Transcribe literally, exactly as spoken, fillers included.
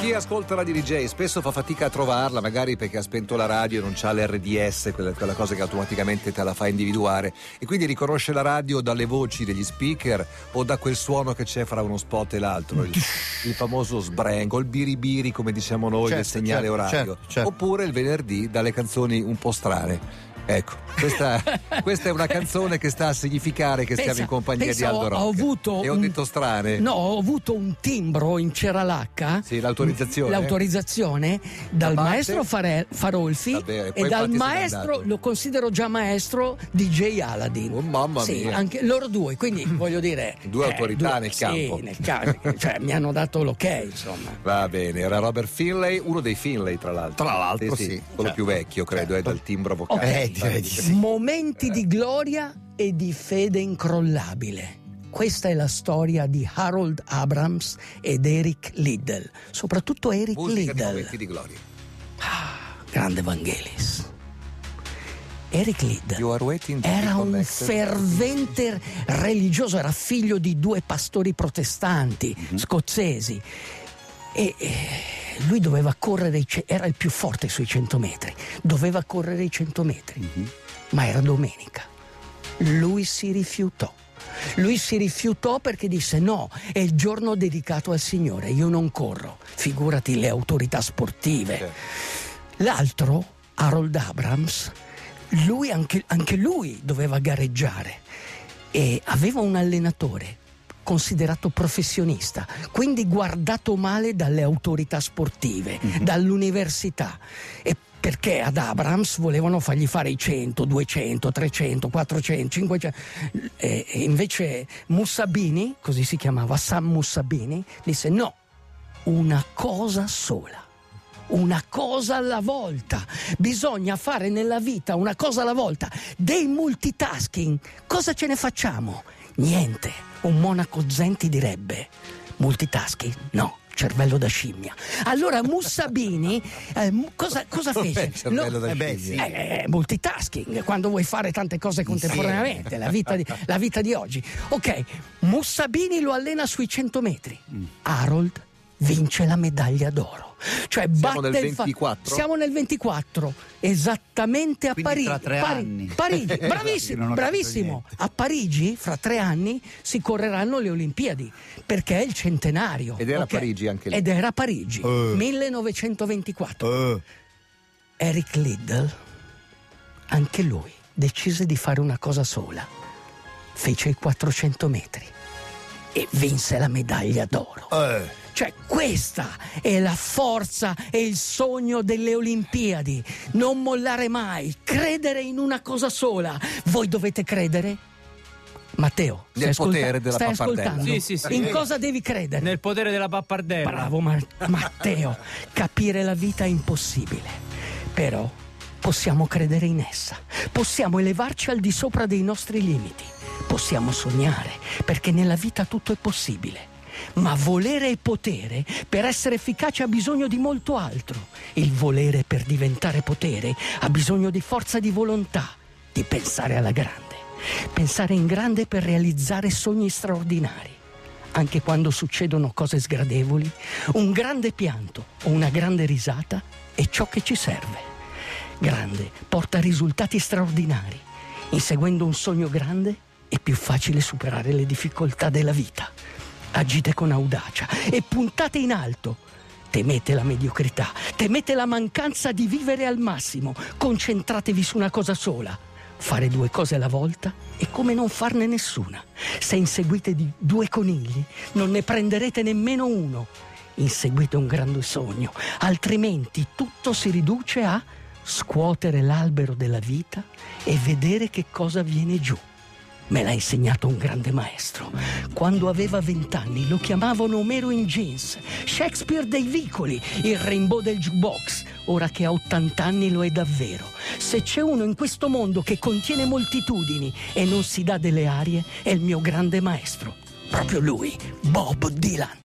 Chi ascolta Radio D J spesso fa fatica a trovarla, magari perché ha spento la radio e non c'ha l'R D S, quella, quella cosa che automaticamente te la fa individuare, e quindi riconosce la radio dalle voci degli speaker o da quel suono che c'è fra uno spot e l'altro, il, il famoso sbrango, il biribiri come diciamo noi, certo, del segnale certo, orario, certo, certo. Oppure il venerdì dalle canzoni un po' strane. Ecco, questa, questa è una canzone che sta a significare che Pensa, stiamo in compagnia pensa, di Aldo ho- Rock. ho avuto e ho un- detto strane? No, ho avuto un timbro in Ceralacca. Sì, l'autorizzazione. L'autorizzazione dal Da parte? maestro Fare- Farolfi Vabbè, e poi e dal infatti se n'è maestro, andato. lo considero già maestro, D J Aladdin. Oh, mamma sì, mia. anche loro due, quindi voglio dire. Due autorità due- nel sì, campo. nel campo. Cioè, mi hanno dato l'ok, insomma. Va bene, era Robert Finlay, uno dei Finlay tra l'altro. Tra l'altro, sì, quello certo. più vecchio credo, è dal timbro vocale. Ok. Eh, direi di sì. Momenti di gloria e di fede incrollabile. Questa è la storia di Harold Abrams ed Eric Liddell, soprattutto Eric Musica di Liddell. momenti di gloria. Ah, grande Vangelis. Eric Liddell You are waiting to be era un connected. fervente religioso, era figlio di due pastori protestanti Mhm. scozzesi e, e lui doveva correre, i ce- era il più forte sui cento metri, doveva correre i cento metri, Mhm. ma era domenica. Lui si rifiutò. Lui si rifiutò perché disse: no, è il giorno dedicato al Signore, io non corro, figurati le autorità sportive. Certo. L'altro, Harold Abrams, lui anche, anche lui doveva gareggiare e aveva un allenatore considerato professionista, quindi guardato male dalle autorità sportive, Mhm. dall'università. E perché ad Abrams volevano fargli fare i cento, duecento, trecento, quattrocento, cinquecento. E e invece Mussabini, così si chiamava, Sam Mussabini, disse: no, una cosa sola. Una cosa alla volta, bisogna fare nella vita una cosa alla volta, dei multitasking. Cosa ce ne facciamo? Niente. Un monaco zen ti direbbe: multitasking? No, cervello da scimmia. Allora Mussabini eh, mu- cosa, cosa fece? Cervello da Lo- Eh beh, scimmia. sì. eh, multitasking, quando vuoi fare tante cose contemporaneamente, la vita, di, la vita di oggi. Ok, Mussabini lo allena sui cento metri. Harold vince la medaglia d'oro. Cioè Siamo batte nel il fa- ventiquattro? Siamo nel ventiquattro, esattamente a Quindi Parigi. tra tre Pari- anni. Parigi, Io bravissimo, non ho capito bravissimo. niente. A Parigi, fra tre anni, si correranno le Olimpiadi, perché è il centenario. Ed era ok? Parigi anche lì. Ed era Parigi, Eh. millenovecentoventiquattro. Eh, Eric Liddell, anche lui, decise di fare una cosa sola. Fece i quattrocento metri e vinse la medaglia d'oro. eh. Cioè, questa è la forza e il sogno delle Olimpiadi. Non mollare mai, credere in una cosa sola. Voi dovete credere? Matteo, stai, Nel ascolta- potere della stai pappardella. ascoltando? Sì, sì, sì. In cosa devi credere? Nel potere della pappardella. Bravo Ma- Matteo, capire la vita è impossibile, però possiamo credere in essa, possiamo elevarci al di sopra dei nostri limiti, possiamo sognare, perché nella vita tutto è possibile. Ma volere e potere per essere efficace ha bisogno di molto altro. Il volere per diventare potere ha bisogno di forza di volontà, di pensare alla grande, pensare in grande per realizzare sogni straordinari. Anche quando succedono cose sgradevoli, un grande pianto o una grande risata è ciò che ci serve. Grande porta risultati straordinari. Inseguendo un sogno grande è più facile superare le difficoltà della vita. Agite con audacia e puntate in alto. Temete la mediocrità, temete la mancanza di vivere al massimo. Concentratevi su una cosa sola. Fare due cose alla volta è come non farne nessuna. Se inseguite di due conigli, non ne prenderete nemmeno uno. Inseguite un grande sogno, altrimenti tutto si riduce a scuotere l'albero della vita e vedere che cosa viene giù. Me l'ha insegnato un grande maestro. Quando aveva vent'anni lo chiamavano Omero in jeans, Shakespeare dei vicoli, il Rainbow del jukebox. Ora che ha ottanta anni lo è davvero. Se c'è uno in questo mondo che contiene moltitudini e non si dà delle arie, è il mio grande maestro. Proprio lui, Bob Dylan.